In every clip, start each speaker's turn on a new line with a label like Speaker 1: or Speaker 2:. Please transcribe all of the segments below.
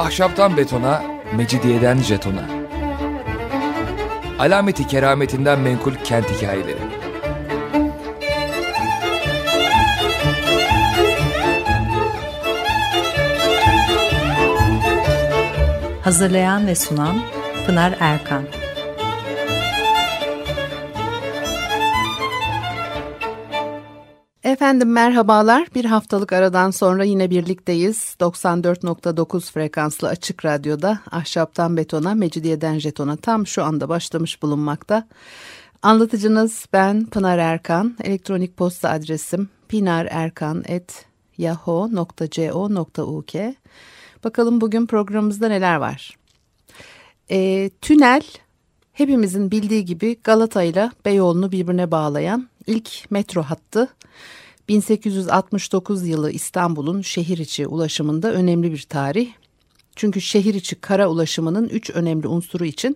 Speaker 1: Ahşaptan betona, mecidiyeden jetona. Alameti kerametinden menkul kent hikayeleri.
Speaker 2: Hazırlayan ve sunan Pınar Erkan.
Speaker 3: Efendim merhabalar. Bir haftalık aradan sonra yine birlikteyiz. 94.9 frekanslı Açık Radyo'da Ahşaptan Betona, Mecidiyeden Jeton'a tam şu anda başlamış bulunmakta. Anlatıcınız ben Pınar Erkan. Elektronik posta adresim pinarerkan@yahoo.co.uk. Bakalım bugün programımızda neler var? Tünel hepimizin bildiği gibi Galata ile Beyoğlu'nu birbirine bağlayan ilk metro hattı. 1869 yılı İstanbul'un şehir içi ulaşımında önemli bir tarih. Çünkü şehir içi kara ulaşımının 3 önemli unsuru için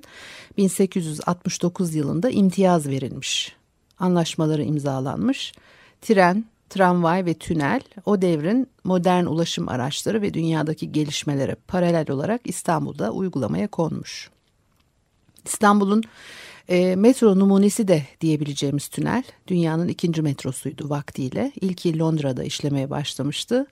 Speaker 3: 1869 yılında imtiyaz verilmiş. Anlaşmaları imzalanmış. Tren, tramvay ve tünel o devrin modern ulaşım araçları ve dünyadaki gelişmelere paralel olarak İstanbul'da uygulamaya konmuş. İstanbul'un metro numunesi de diyebileceğimiz tünel dünyanın ikinci metrosuydu vaktiyle. İlki Londra'da işlemeye başlamıştı.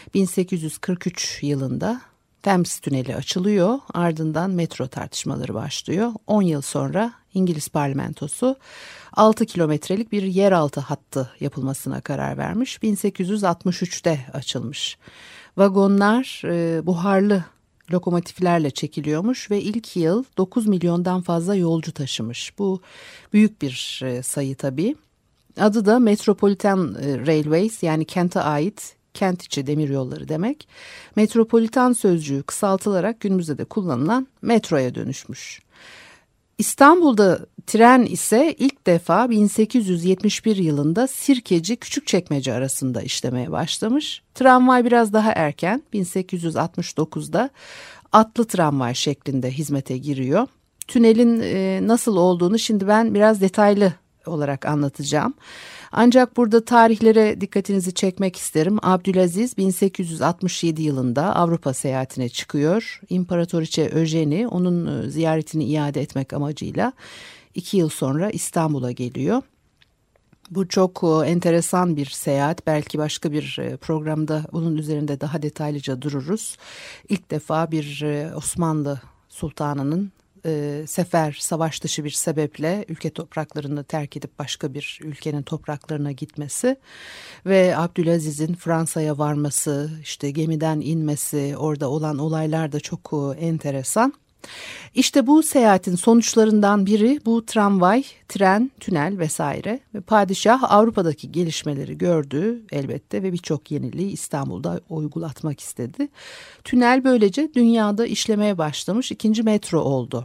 Speaker 3: 1843 yılında Thames Tüneli açılıyor, ardından metro tartışmaları başlıyor. 10 yıl sonra İngiliz parlamentosu 6 kilometrelik bir yeraltı hattı yapılmasına karar vermiş. 1863'te açılmış. Vagonlar buharlı lokomotiflerle çekiliyormuş ve ilk yıl 9 milyondan fazla yolcu taşımış. Bu büyük bir sayı tabii. Adı da Metropolitan Railways, yani kente ait kent içi demiryolları demek. Metropolitan sözcüğü kısaltılarak günümüzde de kullanılan metroya dönüşmüş. İstanbul'da tren ise ilk defa 1871 yılında Sirkeci Küçükçekmece arasında işlemeye başlamış. Tramvay biraz daha erken 1869'da atlı tramvay şeklinde hizmete giriyor. Tünelin nasıl olduğunu şimdi ben biraz detaylı olarak anlatacağım. Ancak burada tarihlere dikkatinizi çekmek isterim. Abdülaziz 1867 yılında Avrupa seyahatine çıkıyor. İmparatoriçe Eugenie onun ziyaretini iade etmek amacıyla 2 yıl sonra İstanbul'a geliyor. Bu çok enteresan bir seyahat. Belki başka bir programda bunun üzerinde daha detaylıca dururuz. İlk defa bir Osmanlı sultanının sefer, savaş dışı bir sebeple ülke topraklarını terk edip başka bir ülkenin topraklarına gitmesi ve Abdülaziz'in Fransa'ya varması, işte gemiden inmesi, orada olan olaylar da çok enteresan. İşte bu seyahatin sonuçlarından biri bu tramvay, tren, tünel vesaire. Ve padişah Avrupa'daki gelişmeleri gördü elbette ve birçok yeniliği İstanbul'da uygulatmak istedi. Tünel böylece dünyada işlemeye başlamış ikinci metro oldu.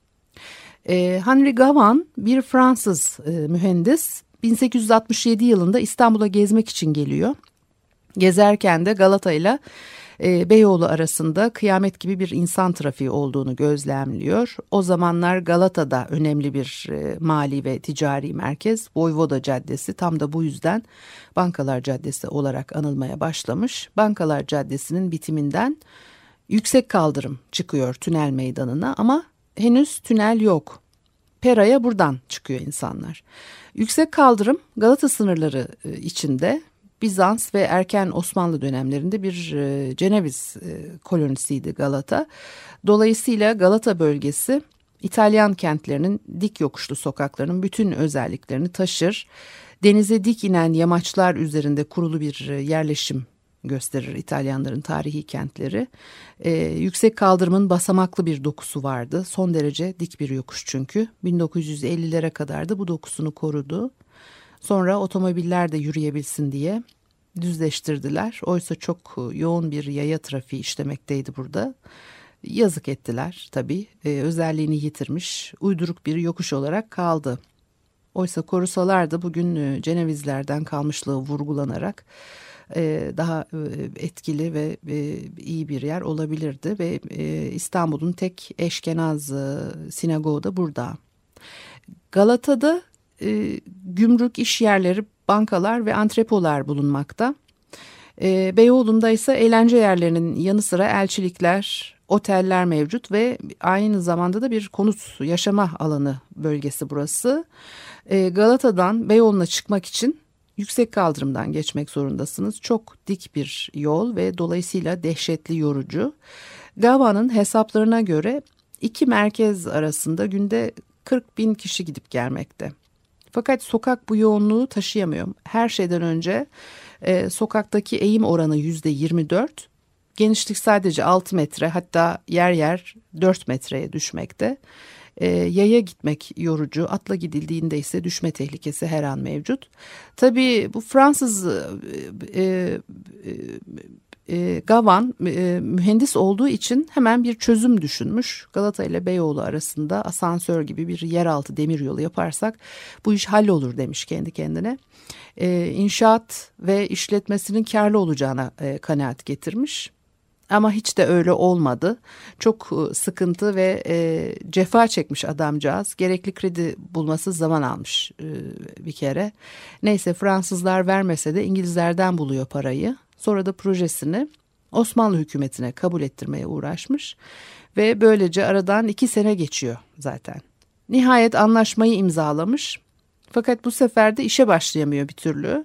Speaker 3: Henri Gavin bir Fransız mühendis 1867 yılında İstanbul'a gezmek için geliyor. Gezerken de Galata ile Beyoğlu arasında kıyamet gibi bir insan trafiği olduğunu gözlemliyor. O zamanlar Galata'da önemli bir mali ve ticari merkez. Voyvoda Caddesi tam da bu yüzden Bankalar Caddesi olarak anılmaya başlamış. Bankalar Caddesi'nin bitiminden yüksek kaldırım çıkıyor tünel meydanına ama henüz tünel yok. Pera'ya buradan çıkıyor insanlar. Yüksek kaldırım Galata sınırları içinde Bizans ve erken Osmanlı dönemlerinde bir Ceneviz kolonisiydi Galata. Dolayısıyla Galata bölgesi İtalyan kentlerinin dik yokuşlu sokaklarının bütün özelliklerini taşır. Denize dik inen yamaçlar üzerinde kurulu bir yerleşim gösterir İtalyanların tarihi kentleri. Yüksek kaldırımın basamaklı bir dokusu vardı. Son derece dik bir yokuş çünkü. 1950'lere kadar da bu dokusunu korudu. Sonra otomobiller de yürüyebilsin diye düzleştirdiler. Oysa çok yoğun bir yaya trafiği işlemekteydi burada. Yazık ettiler tabii. Özelliğini yitirmiş, uyduruk bir yokuş olarak kaldı. Oysa korusalar da bugün Cenevizlerden kalmışlığı vurgulanarak daha etkili ve iyi bir yer olabilirdi. Ve İstanbul'un tek eşkenaz sinagogu da burada. Galata'da gümrük, iş yerleri, bankalar ve antrepolar bulunmakta. Beyoğlu'nda ise eğlence yerlerinin yanı sıra elçilikler, oteller mevcut ve aynı zamanda da bir konut yaşama alanı bölgesi burası. Galata'dan Beyoğlu'na çıkmak için yüksek kaldırımdan geçmek zorundasınız. Çok dik bir yol ve dolayısıyla dehşetli, yorucu. Gava'nın hesaplarına göre iki merkez arasında günde 40.000 kişi gidip gelmekte. Fakat sokak bu yoğunluğu taşıyamıyor. Her şeyden önce sokaktaki eğim oranı %24. Genişlik sadece 6 metre, hatta yer yer 4 metreye düşmekte. Yaya gitmek yorucu, atla gidildiğinde ise düşme tehlikesi her an mevcut. Tabii bu Fransız Gavan mühendis olduğu için hemen bir çözüm düşünmüş. Galata ile Beyoğlu arasında asansör gibi bir yeraltı demiryolu yaparsak bu iş hallolur demiş kendi kendine. İnşaat ve işletmesinin karlı olacağına kanaat getirmiş. Ama hiç de öyle olmadı. Çok sıkıntı ve cefa çekmiş adamcağız. Gerekli kredi bulması zaman almış bir kere. Neyse, Fransızlar vermese de İngilizlerden buluyor parayı. Sonra da projesini Osmanlı hükümetine kabul ettirmeye uğraşmış. Ve böylece aradan 2 sene geçiyor zaten. Nihayet anlaşmayı imzalamış. Fakat bu sefer de işe başlayamıyor bir türlü.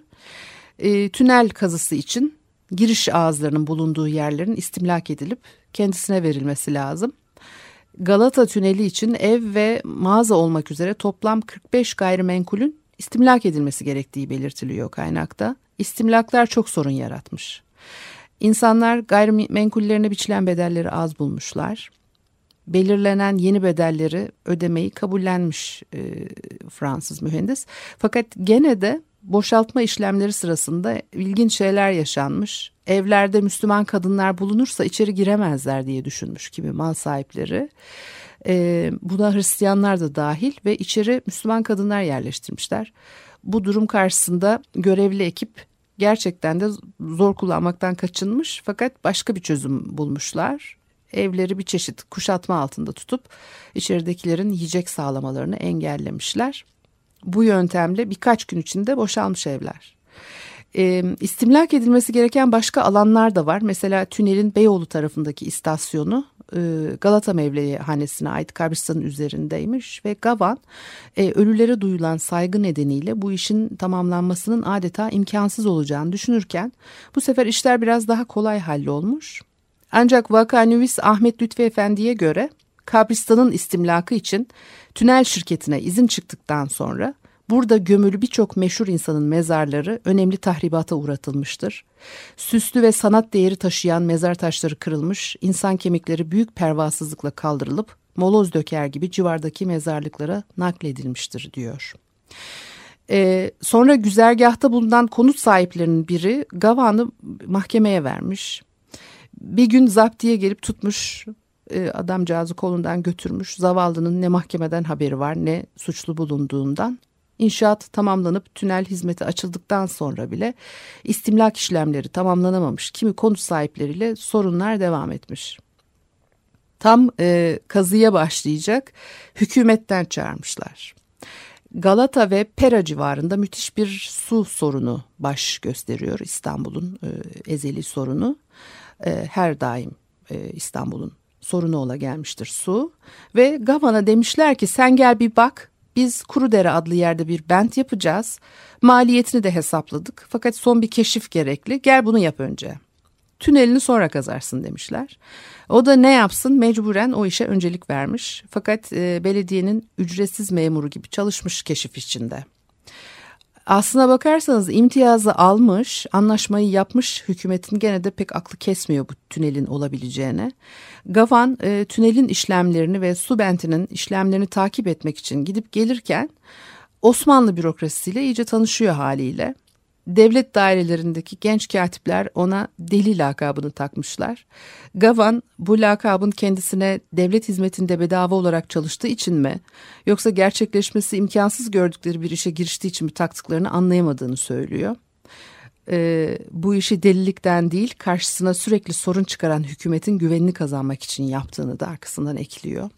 Speaker 3: Tünel kazısı için giriş ağızlarının bulunduğu yerlerin istimlak edilip kendisine verilmesi lazım. Galata Tüneli için ev ve mağaza olmak üzere toplam 45 gayrimenkulün istimlak edilmesi gerektiği belirtiliyor kaynakta. İstimlaklar çok sorun yaratmış. İnsanlar gayrimenkullerine biçilen bedelleri az bulmuşlar. Belirlenen yeni bedelleri ödemeyi kabullenmiş Fransız mühendis. Fakat gene de boşaltma işlemleri sırasında ilginç şeyler yaşanmış. Evlerde Müslüman kadınlar bulunursa içeri giremezler diye düşünmüş kimi mal sahipleri. Buna Hristiyanlar da dahil ve içeri Müslüman kadınlar yerleştirmişler. Bu durum karşısında görevli ekip gerçekten de zor kullanmaktan kaçınmış, fakat başka bir çözüm bulmuşlar. Evleri bir çeşit kuşatma altında tutup içeridekilerin yiyecek sağlamalarını engellemişler. Bu yöntemle birkaç gün içinde boşalmış evler. İstimlak edilmesi gereken başka alanlar da var. Mesela tünelin Beyoğlu tarafındaki istasyonu Galata Mevlevihanesi'ne ait kabristanın üzerindeymiş ve Gavan ölülere duyulan saygı nedeniyle bu işin tamamlanmasının adeta imkansız olacağını düşünürken bu sefer işler biraz daha kolay hallolmuş. Ancak vakanüvis Ahmet Lütfi Efendi'ye göre kabristanın istimlakı için tünel şirketine izin çıktıktan sonra burada gömülü birçok meşhur insanın mezarları önemli tahribata uğratılmıştır. Süslü ve sanat değeri taşıyan mezar taşları kırılmış, insan kemikleri büyük pervasızlıkla kaldırılıp moloz döker gibi civardaki mezarlıklara nakledilmiştir diyor. Sonra güzergahta bulunan konut sahiplerinin biri Gavan'ı mahkemeye vermiş. Bir gün zaptiye gelip tutmuş, adamcağızı kolundan götürmüş. Zavallının ne mahkemeden haberi var ne suçlu bulunduğundan. İnşaat tamamlanıp tünel hizmeti açıldıktan sonra bile istimlak işlemleri tamamlanamamış. Kimi konut sahipleriyle sorunlar devam etmiş. Tam kazıya başlayacak, hükümetten çağırmışlar. Galata ve Pera civarında müthiş bir su sorunu baş gösteriyor, İstanbul'un ezeli sorunu. Her daim İstanbul'un sorunu ola gelmiştir su. Ve Gavan'a demişler ki sen gel bir bak, biz Kurudere adlı yerde bir bent yapacağız. Maliyetini de hesapladık, fakat son bir keşif gerekli, gel bunu yap önce. Tünelini sonra kazarsın demişler. O da ne yapsın, mecburen o işe öncelik vermiş. Fakat belediyenin ücretsiz memuru gibi çalışmış keşif içinde. Aslına bakarsanız imtiyazı almış, anlaşmayı yapmış, hükümetin gene de pek aklı kesmiyor bu tünelin olabileceğine. Gavan tünelin işlemlerini ve su bentinin işlemlerini takip etmek için gidip gelirken Osmanlı bürokrasisiyle iyice tanışıyor haliyle. Devlet dairelerindeki genç katipler ona deli lakabını takmışlar. Gavan bu lakabın kendisine devlet hizmetinde bedava olarak çalıştığı için mi, yoksa gerçekleşmesi imkansız gördükleri bir işe giriştiği için mi taktıklarını anlayamadığını söylüyor. Bu işi delilikten değil, karşısına sürekli sorun çıkaran hükümetin güvenini kazanmak için yaptığını da arkasından ekliyor.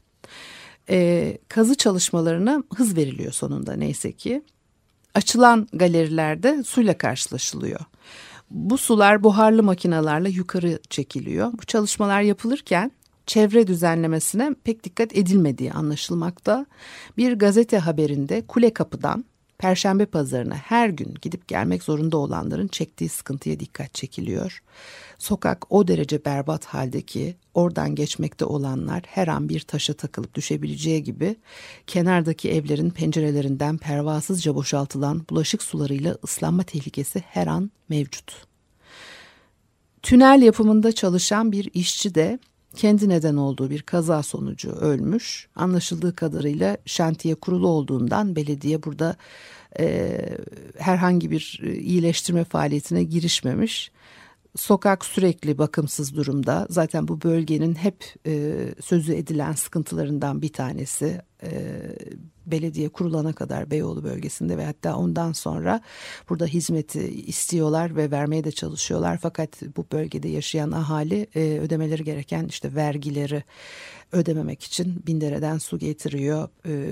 Speaker 3: Kazı çalışmalarına hız veriliyor sonunda neyse ki. Açılan galerilerde suyla karşılaşılıyor. Bu sular buharlı makinalarla yukarı çekiliyor. Bu çalışmalar yapılırken çevre düzenlemesine pek dikkat edilmediği anlaşılmakta. Bir gazete haberinde Kulekapı'dan Perşembe Pazarı'na her gün gidip gelmek zorunda olanların çektiği sıkıntıya dikkat çekiliyor. Sokak o derece berbat halde ki oradan geçmekte olanlar her an bir taşa takılıp düşebileceği gibi kenardaki evlerin pencerelerinden pervasızca boşaltılan bulaşık sularıyla ıslanma tehlikesi her an mevcut. Tünel yapımında çalışan bir işçi de kendi neden olduğu bir kaza sonucu ölmüş. Anlaşıldığı kadarıyla şantiye kurulu olduğundan belediye burada herhangi bir iyileştirme faaliyetine girişmemiş. Sokak sürekli bakımsız durumda. Zaten bu bölgenin hep sözü edilen sıkıntılarından bir tanesi. Belediye kurulana kadar Beyoğlu bölgesinde ve hatta ondan sonra burada hizmeti istiyorlar ve vermeye de çalışıyorlar. Fakat bu bölgede yaşayan ahali ödemeleri gereken işte vergileri ödememek için Bindere'den su getiriyor.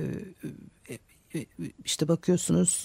Speaker 3: İşte bakıyorsunuz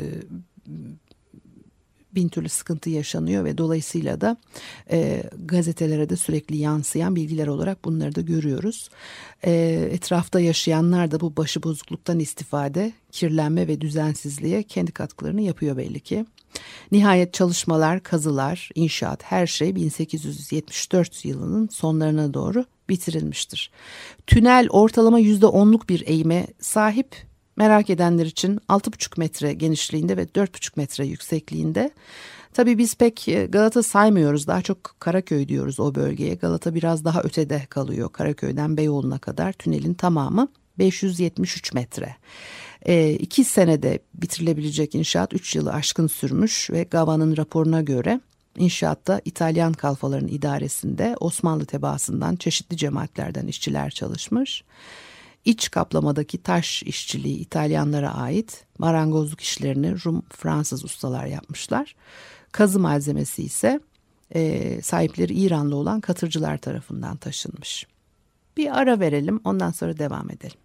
Speaker 3: bin türlü sıkıntı yaşanıyor ve dolayısıyla da gazetelere de sürekli yansıyan bilgiler olarak bunları da görüyoruz. Etrafta yaşayanlar da bu başıbozukluktan istifade, kirlenme ve düzensizliğe kendi katkılarını yapıyor belli ki. Nihayet çalışmalar, kazılar, inşaat her şey 1874 yılının sonlarına doğru bitirilmiştir. Tünel ortalama %10'luk bir eğime sahip. Merak edenler için 6,5 metre genişliğinde ve 4,5 metre yüksekliğinde. Tabii biz pek Galata saymıyoruz. Daha çok Karaköy diyoruz o bölgeye. Galata biraz daha ötede kalıyor. Karaköy'den Beyoğlu'na kadar tünelin tamamı 573 metre. 2 senede bitirilebilecek inşaat 3 yılı aşkın sürmüş ve Gava'nın raporuna göre inşaatta İtalyan kalfaların idaresinde Osmanlı tebaasından çeşitli cemaatlerden işçiler çalışmış. İç kaplamadaki taş işçiliği İtalyanlara ait, marangozluk işlerini Rum, Fransız ustalar yapmışlar. Kazı malzemesi ise sahipleri İranlı olan katırcılar tarafından taşınmış. Bir ara verelim, ondan sonra devam edelim.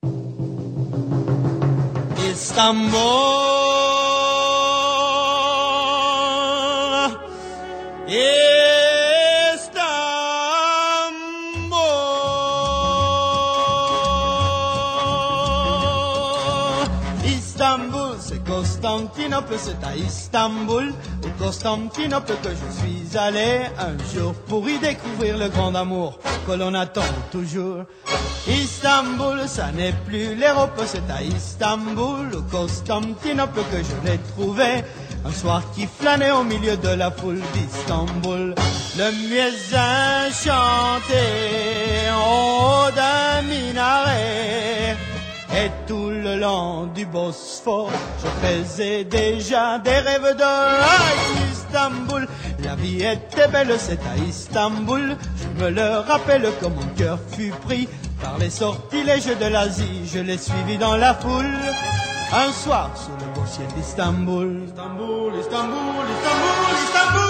Speaker 4: İstanbul, Constantinople, c'est à Istanbul, au Constantinople que je suis allé un jour pour y découvrir le grand amour que l'on attend toujours. Istanbul, ça n'est plus l'Europe, c'est à Istanbul, au Constantinople que je l'ai trouvé un soir qui flânait au milieu de la foule d'Istanbul. Le muezzin chantait en haut d'un minaret. Et tout le long du Bosphore, je faisais déjà des rêves de Istanbul. La vie était belle, c'est à Istanbul. Je me le rappelle que mon cœur fut pris par les sortilèges de l'Asie. Je l'ai suivi dans la foule, un soir sous le beau ciel d'Istanbul. Istanbul, Istanbul, Istanbul, Istanbul.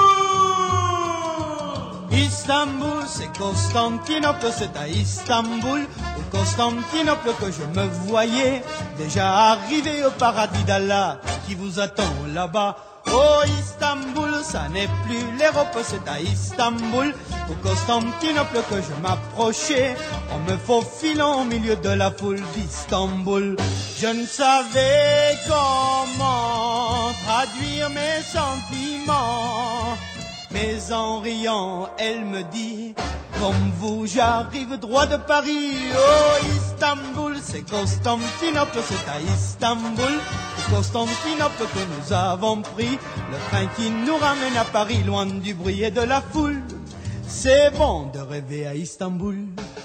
Speaker 4: Istanbul, c'est Constantinople, c'est à Istanbul, au Constantinople que je me voyais déjà arrivé au paradis d'Allah qui vous attend là-bas. Oh Istanbul, ça n'est plus l'Europe, c'est à Istanbul, au Constantinople que je m'approchais en me faufilant au milieu de la foule d'Istanbul. Je ne savais comment traduire mes sentiments. Mais en riant, elle me dit, comme vous, j'arrive droit de Paris. Oh, Istanbul, c'est Constantinople, c'est à Istanbul, c'est Constantinople que nous avons pris, le train qui nous ramène à Paris, loin du bruit et de la foule. C'est bon de rêver à Istanbul.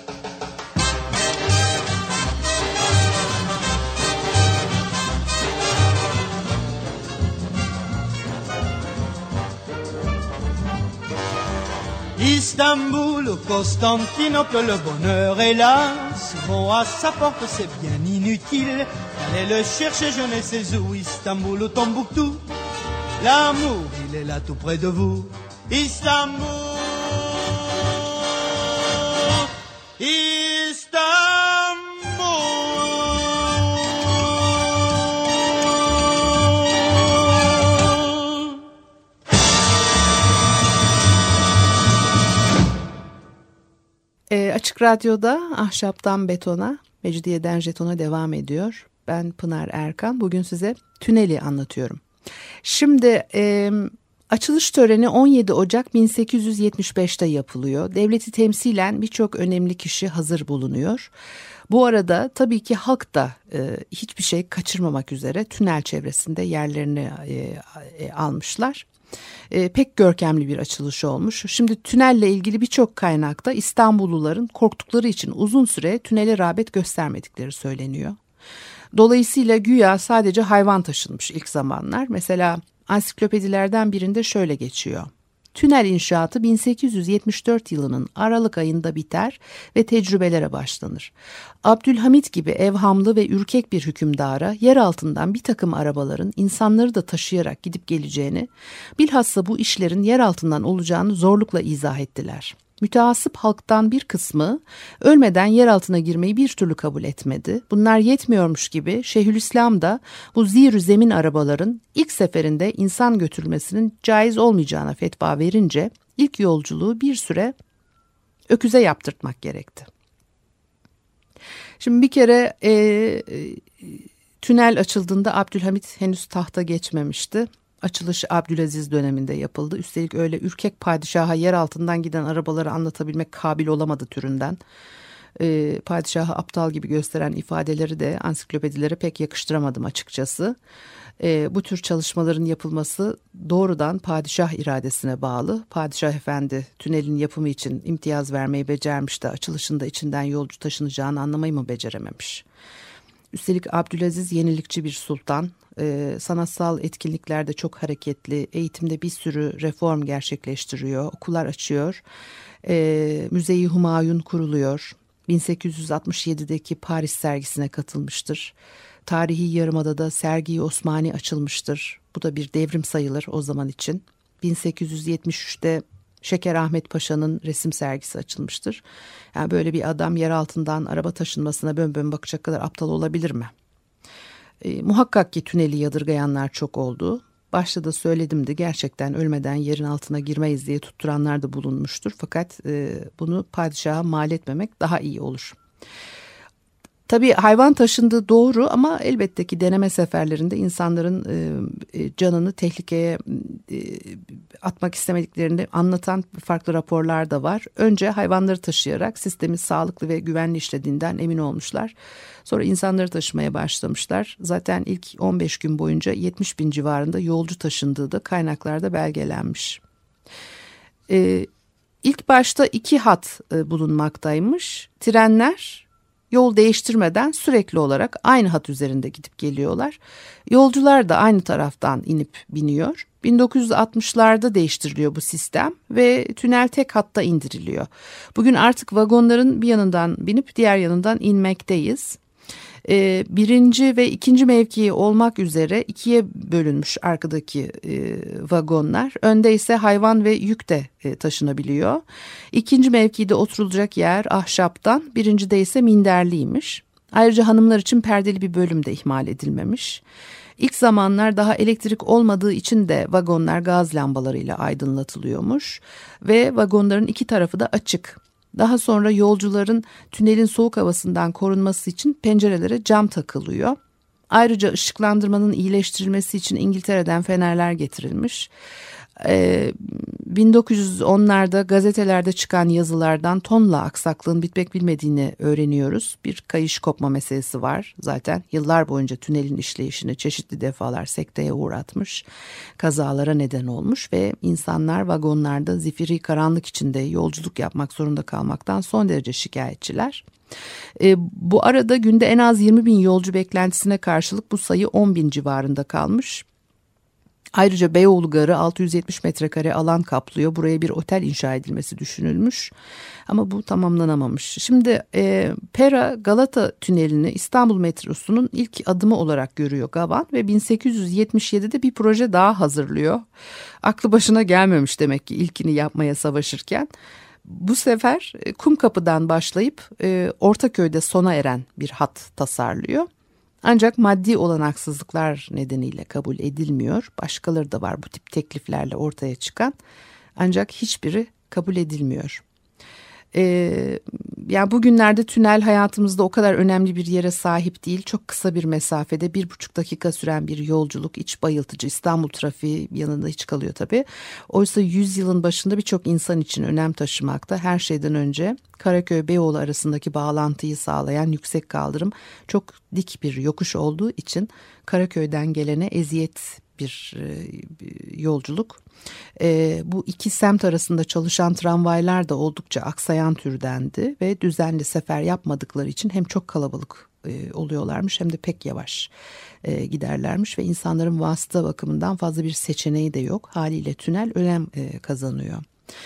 Speaker 4: Istanbul, au Constantinople, le bonheur est là, souvent à sa porte, c'est bien inutile d'aller le chercher, je ne sais où. Istanbul, au Tombouctou, l'amour, il est là tout près de vous. Istanbul,
Speaker 3: Açık Radyo'da Ahşaptan Betona, Mecidiyeden Jeton'a devam ediyor. Ben Pınar Erkan. Bugün size tüneli anlatıyorum. Şimdi açılış töreni 17 Ocak 1875'te yapılıyor. Devleti temsilen birçok önemli kişi hazır bulunuyor. Bu arada tabii ki halk da hiçbir şey kaçırmamak üzere tünel çevresinde yerlerini almışlar. Pek görkemli bir açılış olmuş. Şimdi tünelle ilgili birçok kaynakta İstanbulluların korktukları için uzun süre tünele rağbet göstermedikleri söyleniyor. Dolayısıyla güya sadece hayvan taşınmış ilk zamanlar. Mesela ansiklopedilerden birinde şöyle geçiyor. Tünel inşaatı 1874 yılının Aralık ayında biter ve tecrübelere başlanır. Abdülhamit gibi evhamlı ve ürkek bir hükümdara yer altından bir takım arabaların insanları da taşıyarak gidip geleceğini, bilhassa bu işlerin yer altından olacağını zorlukla izah ettiler. Müteassıp halktan bir kısmı ölmeden yer altına girmeyi bir türlü kabul etmedi. Bunlar yetmiyormuş gibi Şeyhülislam da bu zir-ü zemin arabaların ilk seferinde insan götürülmesinin caiz olmayacağına fetva verince ilk yolculuğu bir süre öküze yaptırtmak gerekti. Şimdi bir kere tünel açıldığında Abdülhamit henüz tahta geçmemişti. Açılış Abdülaziz döneminde yapıldı. Üstelik öyle ürkek padişaha yer altından giden arabaları anlatabilmek kabil olamadı türünden. Padişahı aptal gibi gösteren ifadeleri de ansiklopedilere pek yakıştıramadım açıkçası. Bu tür çalışmaların yapılması doğrudan padişah iradesine bağlı. Padişah efendi tünelin yapımı için imtiyaz vermeyi becermiş de açılışında içinden yolcu taşınacağını anlamayı mı becerememiş? Üstelik Abdülaziz yenilikçi bir sultan. Sanatsal etkinliklerde çok hareketli, eğitimde bir sürü reform gerçekleştiriyor, okullar açıyor, Müze-i Humayun kuruluyor, 1867'deki Paris sergisine katılmıştır. Tarihi Yarımada'da Sergi-i Osmani açılmıştır. Bu da bir devrim sayılır o zaman için. 1873'te Şeker Ahmet Paşa'nın resim sergisi açılmıştır. Yani böyle bir adam yer altından araba taşınmasına bön bakacak kadar aptal olabilir mi? Muhakkak ki tüneli yadırgayanlar çok oldu. Başta da söyledim de gerçekten ölmeden yerin altına girmeyiz diye tutturanlar da bulunmuştur. Fakat bunu padişaha mal etmemek daha iyi olur. Tabii hayvan taşındığı doğru ama elbette ki deneme seferlerinde insanların canını tehlikeye atmak istemediklerini anlatan farklı raporlar da var. Önce hayvanları taşıyarak sistemin sağlıklı ve güvenli işlediğinden emin olmuşlar. Sonra insanları taşımaya başlamışlar. Zaten ilk 15 gün boyunca 70 bin civarında yolcu taşındığı da kaynaklarda belgelenmiş. İlk başta 2 hat bulunmaktaymış. Trenler yol değiştirmeden sürekli olarak aynı hat üzerinde gidip geliyorlar. Yolcular da aynı taraftan inip biniyor. 1960'larda değiştiriliyor bu sistem ve tünel tek hatta indiriliyor. Bugün artık vagonların bir yanından binip diğer yanından inmekteyiz. Birinci ve ikinci mevkii olmak üzere 2'ye bölünmüş arkadaki vagonlar. Önde ise hayvan ve yük de taşınabiliyor. İkinci mevkide oturulacak yer ahşaptan, birincide ise minderliymiş. Ayrıca hanımlar için perdeli bir bölüm de ihmal edilmemiş. İlk zamanlar daha elektrik olmadığı için de vagonlar gaz lambalarıyla aydınlatılıyormuş ve vagonların 2 tarafı da açık. Daha sonra yolcuların tünelin soğuk havasından korunması için pencerelere cam takılıyor. Ayrıca ışıklandırmanın iyileştirilmesi için İngiltere'den fenerler getirilmiş. 1910'larda gazetelerde çıkan yazılardan tonla aksaklığın bitmek bilmediğini öğreniyoruz. Bir kayış kopma meselesi var. Zaten yıllar boyunca tünelin işleyişini çeşitli defalar sekteye uğratmış, kazalara neden olmuş ve insanlar vagonlarda zifiri karanlık içinde yolculuk yapmak zorunda kalmaktan son derece şikayetçiler. Bu arada günde en az 20 bin yolcu beklentisine karşılık bu sayı 10 bin civarında kalmış. Ayrıca Beyoğlu Garı 670 metrekare alan kaplıyor. Buraya bir otel inşa edilmesi düşünülmüş ama bu tamamlanamamış. Şimdi Pera Galata Tüneli'ni İstanbul metrosunun ilk adımı olarak görüyor Gavan ve 1877'de bir proje daha hazırlıyor. Aklı başına gelmemiş demek ki ilkini yapmaya savaşırken. Bu sefer Kumkapı'dan başlayıp Ortaköy'de sona eren bir hat tasarlıyor. Ancak maddi olanaksızlıklar nedeniyle kabul edilmiyor. Başkaları da var bu tip tekliflerle ortaya çıkan. Ancak hiçbiri kabul edilmiyor. Yani bugünlerde tünel hayatımızda o kadar önemli bir yere sahip değil. Çok kısa bir mesafede 1,5 dakika süren bir yolculuk, iç bayıltıcı. İstanbul trafiği yanında hiç kalıyor tabii. Oysa 100 yılın başında birçok insan için önem taşımakta. Her şeyden önce Karaköy-Beyoğlu arasındaki bağlantıyı sağlayan yüksek kaldırım çok dik bir yokuş olduğu için Karaköy'den gelene eziyet bir yolculuk. Bu iki semt arasında çalışan tramvaylar da oldukça aksayan türdendi ve düzenli sefer yapmadıkları için hem çok kalabalık oluyorlarmış hem de pek yavaş giderlermiş ve insanların vasıta bakımından fazla bir seçeneği de yok. Haliyle tünel önem kazanıyor.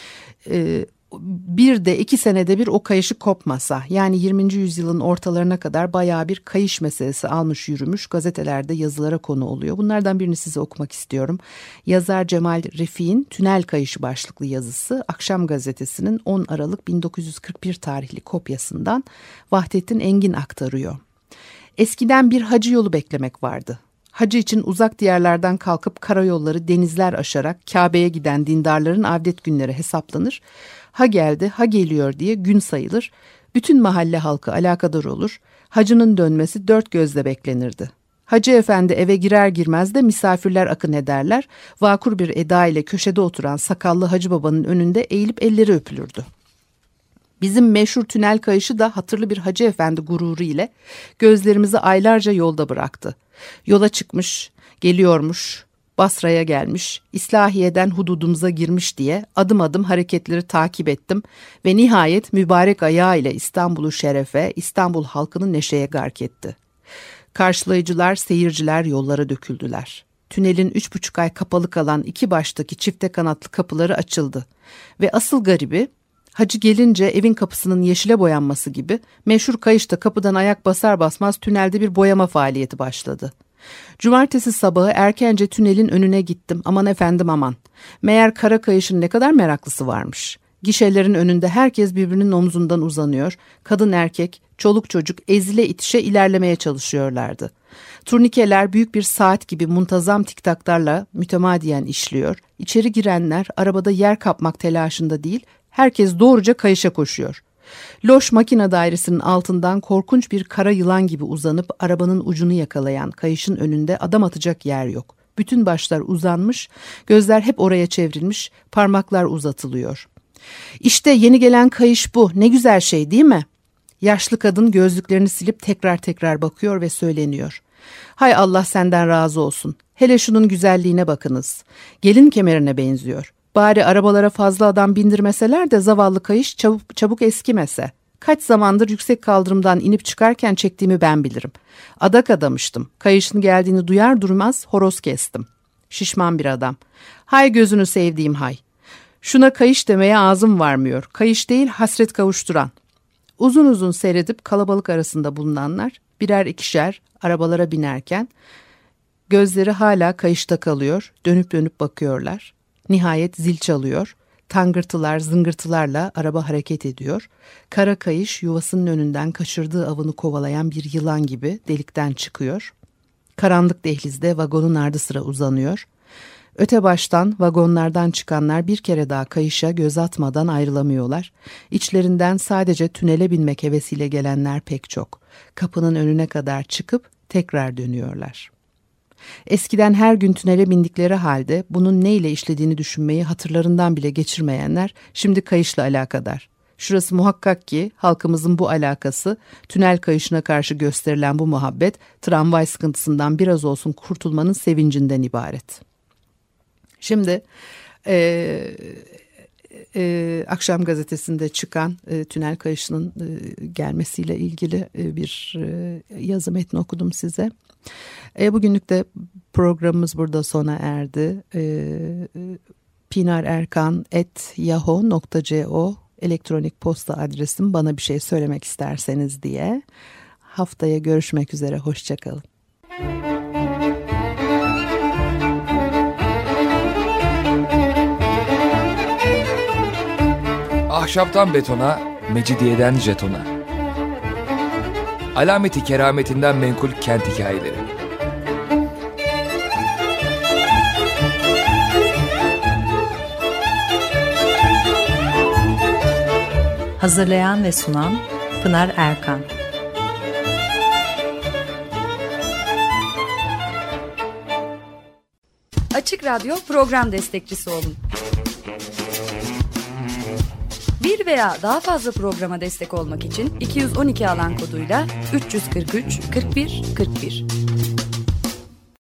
Speaker 3: Bir de 2 senede bir o kayışı kopmasa, yani 20. yüzyılın ortalarına kadar bayağı bir kayış meselesi almış yürümüş, gazetelerde yazılara konu oluyor. Bunlardan birini size okumak istiyorum. Yazar Cemal Refik'in Tünel Kayışı başlıklı yazısı Akşam Gazetesi'nin 10 Aralık 1941 tarihli kopyasından Vahdettin Engin aktarıyor. Eskiden bir hacı yolu beklemek vardı. Hacı için uzak diyarlardan kalkıp karayolları, denizler aşarak Kabe'ye giden dindarların avdet günleri hesaplanır. Ha geldi, ha geliyor diye gün sayılır. Bütün mahalle halkı alakadar olur. Hacının dönmesi 4 gözle beklenirdi. Hacı efendi eve girer girmez de misafirler akın ederler. Vakur bir eda ile köşede oturan sakallı hacı babanın önünde eğilip elleri öpülürdü. Bizim meşhur tünel kayışı da hatırlı bir hacı efendi gururu ile gözlerimizi aylarca yolda bıraktı. Yola çıkmış, geliyormuş, Basra'ya gelmiş, İslahiye'den hududumuza girmiş diye adım adım hareketleri takip ettim ve nihayet mübarek ayağı ile İstanbul'u şerefe, İstanbul halkını neşeye gark etti. Karşılayıcılar, seyirciler yollara döküldüler. Tünelin 3,5 ay kapalı kalan 2 baştaki çifte kanatlı kapıları açıldı ve asıl garibi, hacı gelince evin kapısının yeşile boyanması gibi meşhur kayışta kapıdan ayak basar basmaz tünelde bir boyama faaliyeti başladı. Cumartesi sabahı erkence tünelin önüne gittim. Aman efendim aman. Meğer kara kayışın ne kadar meraklısı varmış. Gişelerin önünde herkes birbirinin omzundan uzanıyor. Kadın erkek, çoluk çocuk ezile itişe ilerlemeye çalışıyorlardı. Turnikeler büyük bir saat gibi muntazam tiktaklarla mütemadiyen işliyor. İçeri girenler arabada yer kapmak telaşında değil, herkes doğruca kayışa koşuyor. Loş makine dairesinin altından korkunç bir kara yılan gibi uzanıp arabanın ucunu yakalayan kayışın önünde adam atacak yer yok. Bütün başlar uzanmış, gözler hep oraya çevrilmiş, parmaklar uzatılıyor. İşte yeni gelen kayış bu, ne güzel şey değil mi? Yaşlı kadın gözlüklerini silip tekrar tekrar bakıyor ve söyleniyor. Hay Allah senden razı olsun. Hele şunun güzelliğine bakınız. Gelin kemerine benziyor. Bari arabalara fazla adam bindirmeseler de zavallı kayış çabuk eskimese. Kaç zamandır yüksek kaldırımdan inip çıkarken çektiğimi ben bilirim. Adak adamıştım. Kayışın geldiğini duyar durmaz horoz kestim. Şişman bir adam. Hay gözünü sevdiğim hay. Şuna kayış demeye ağzım varmıyor. Kayış değil hasret kavuşturan. Uzun uzun seyredip kalabalık arasında bulunanlar birer ikişer arabalara binerken gözleri hala kayışta kalıyor. Dönüp dönüp bakıyorlar. Nihayet zil çalıyor. Tangırtılar, zıngırtılarla araba hareket ediyor. Kara kayış yuvasının önünden kaçırdığı avını kovalayan bir yılan gibi delikten çıkıyor. Karanlık dehlizde vagonun ardı sıra uzanıyor. Öte baştan vagonlardan çıkanlar bir kere daha kayışa göz atmadan ayrılamıyorlar. İçlerinden sadece tünele binmek hevesiyle gelenler pek çok. Kapının önüne kadar çıkıp tekrar dönüyorlar. Eskiden her gün tünele bindikleri halde bunun neyle işlediğini düşünmeyi hatırlarından bile geçirmeyenler şimdi kayışla alakadar. Şurası muhakkak ki halkımızın bu alakası, tünel kayışına karşı gösterilen bu muhabbet, tramvay sıkıntısından biraz olsun kurtulmanın sevincinden ibaret. Şimdi Akşam Gazetesi'nde çıkan tünel kayışının gelmesiyle ilgili bir yazı metni okudum size. Bugünlük de programımız burada sona erdi. pinarerkan@yahoo.co elektronik posta adresim, bana bir şey söylemek isterseniz diye. Haftaya görüşmek üzere, hoşçakalın.
Speaker 1: Ahşaptan betona, mecidiyeden jetona. Alameti kerametinden menkul kent hikayeleri.
Speaker 2: Hazırlayan ve sunan Pınar Erkan.
Speaker 5: Açık Radyo program destekçisi olun. Bir veya daha fazla programa destek olmak için 212 alan koduyla 343 41 41.